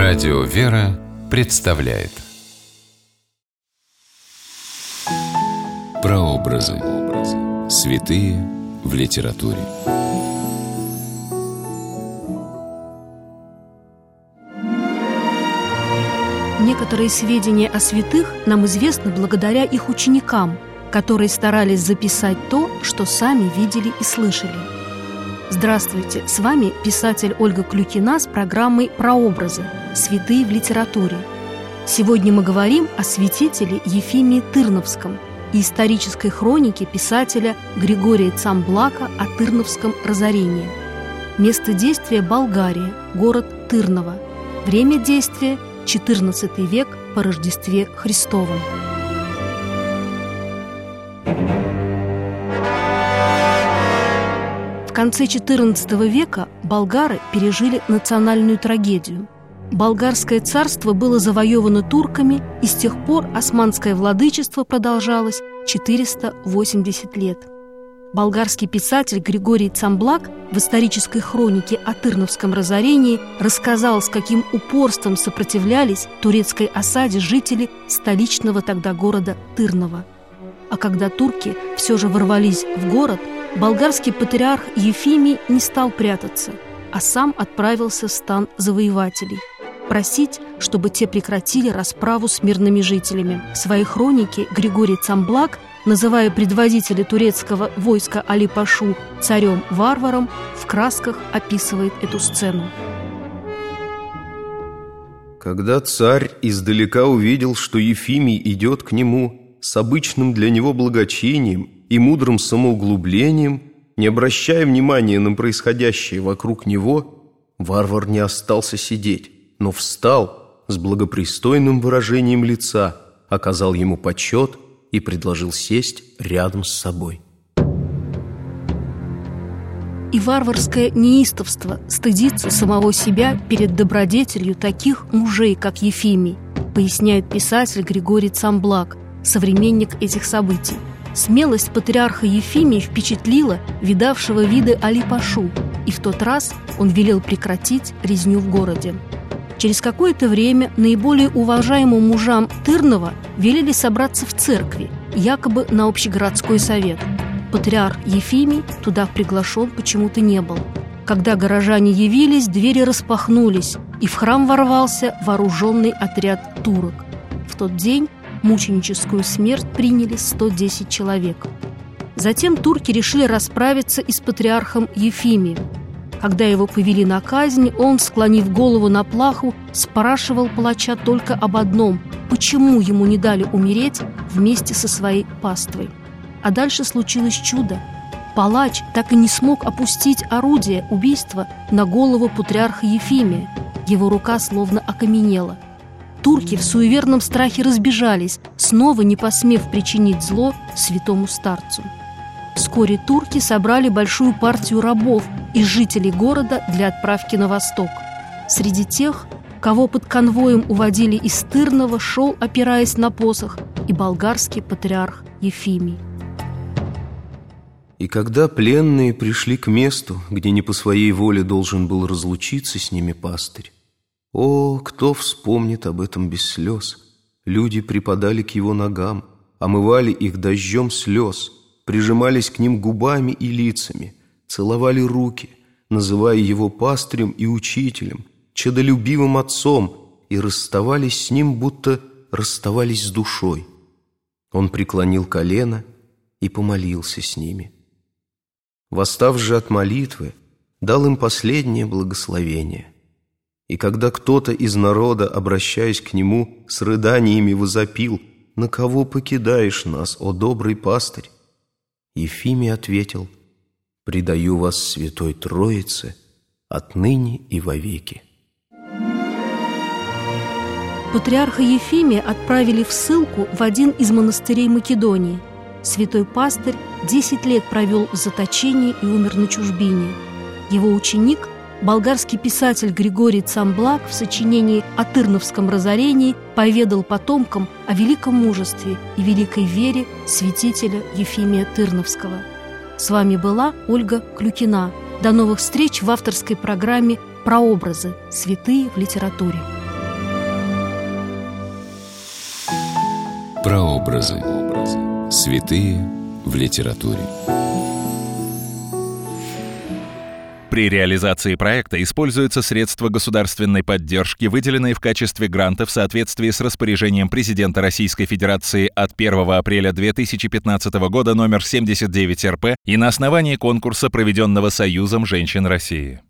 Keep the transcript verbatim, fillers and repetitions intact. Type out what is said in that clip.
Радио «Вера» представляет Прообразы. Святые в литературе. Некоторые сведения о святых нам известны благодаря их ученикам, которые старались записать то, что сами видели и слышали. Здравствуйте! С вами писатель Ольга Клюкина с программой «Прообразы. Святые в литературе». Сегодня мы говорим о святителе Ефимии Тырновском и исторической хронике писателя Григория Цамблака о Тырновском разорении. Место действия – Болгария, город Тырново. Время действия – четырнадцатый век по Рождестве Христовом. В конце четырнадцатого века болгары пережили национальную трагедию. Болгарское царство было завоевано турками, и с тех пор османское владычество продолжалось четыреста восемьдесят лет. Болгарский писатель Григорий Цамблак в исторической хронике о Тырновском разорении рассказал, с каким упорством сопротивлялись турецкой осаде жители столичного тогда города Тырново. А когда турки все же ворвались в город, болгарский патриарх Ефимий не стал прятаться, а сам отправился в стан завоевателей просить, чтобы те прекратили расправу с мирными жителями. В своей хронике Григорий Цамблак, называя предводителя турецкого войска Али-Пашу царем-варваром, в красках описывает эту сцену. Когда царь издалека увидел, что Ефимий идет к нему с обычным для него благочинием и мудрым самоуглублением, не обращая внимания на происходящее вокруг него, варвар не остался сидеть, но встал с благопристойным выражением лица, оказал ему почет и предложил сесть рядом с собой. И варварское неистовство стыдится самого себя перед добродетелью таких мужей, как Ефимий, поясняет писатель Григорий Цамблак, современник этих событий. Смелость патриарха Ефимия впечатлила видавшего виды Али-Пашу, и в тот раз он велел прекратить резню в городе. Через какое-то время наиболее уважаемым мужам Тырнова велели собраться в церкви, якобы на общегородской совет. Патриарх Ефимий туда приглашен почему-то не был. Когда горожане явились, двери распахнулись, и в храм ворвался вооруженный отряд турок. В тот день мученическую смерть приняли сто десять человек. Затем турки решили расправиться и с патриархом Ефимием. Когда его повели на казнь, он, склонив голову на плаху, спрашивал палача только об одном – почему ему не дали умереть вместе со своей паствой. А дальше случилось чудо. Палач так и не смог опустить орудие убийства на голову патриарха Ефимия. Его рука словно окаменела. Турки в суеверном страхе разбежались, снова не посмев причинить зло святому старцу. Вскоре турки собрали большую партию рабов из жителей города для отправки на восток. Среди тех, кого под конвоем уводили из Тырнова, шел, опираясь на посох, и болгарский патриарх Ефимий. И когда пленные пришли к месту, где не по своей воле должен был разлучиться с ними пастырь, о, кто вспомнит об этом без слез? Люди припадали к его ногам, омывали их дождем слез, прижимались к ним губами и лицами, целовали руки, называя его пастырем и учителем, чадолюбивым отцом, и расставались с ним, будто расставались с душой. Он преклонил колено и помолился с ними. Восстав же от молитвы, дал им последнее благословение. И когда кто-то из народа, обращаясь к нему, с рыданиями возопил: «На кого покидаешь нас, о добрый пастырь?» Ефимий ответил: «Предаю вас Святой Троице отныне и вовеки». Патриарха Ефимия отправили в ссылку в один из монастырей Македонии. Святой пастырь десять лет провел в заточении и умер на чужбине. Его ученик, болгарский писатель Григорий Цамблак, в сочинении о Тырновском разорении поведал потомкам о великом мужестве и великой вере святителя Ефимия Тырновского. С вами была Ольга Клюкина. До новых встреч в авторской программе «Прообразы. Святые в литературе». Прообразы. Святые в литературе. При реализации проекта используются средства государственной поддержки, выделенные в качестве гранта в соответствии с распоряжением президента Российской Федерации от первого апреля две тысячи пятнадцатого года номер семьдесят девять эр пэ и на основании конкурса, проведенного Союзом женщин России.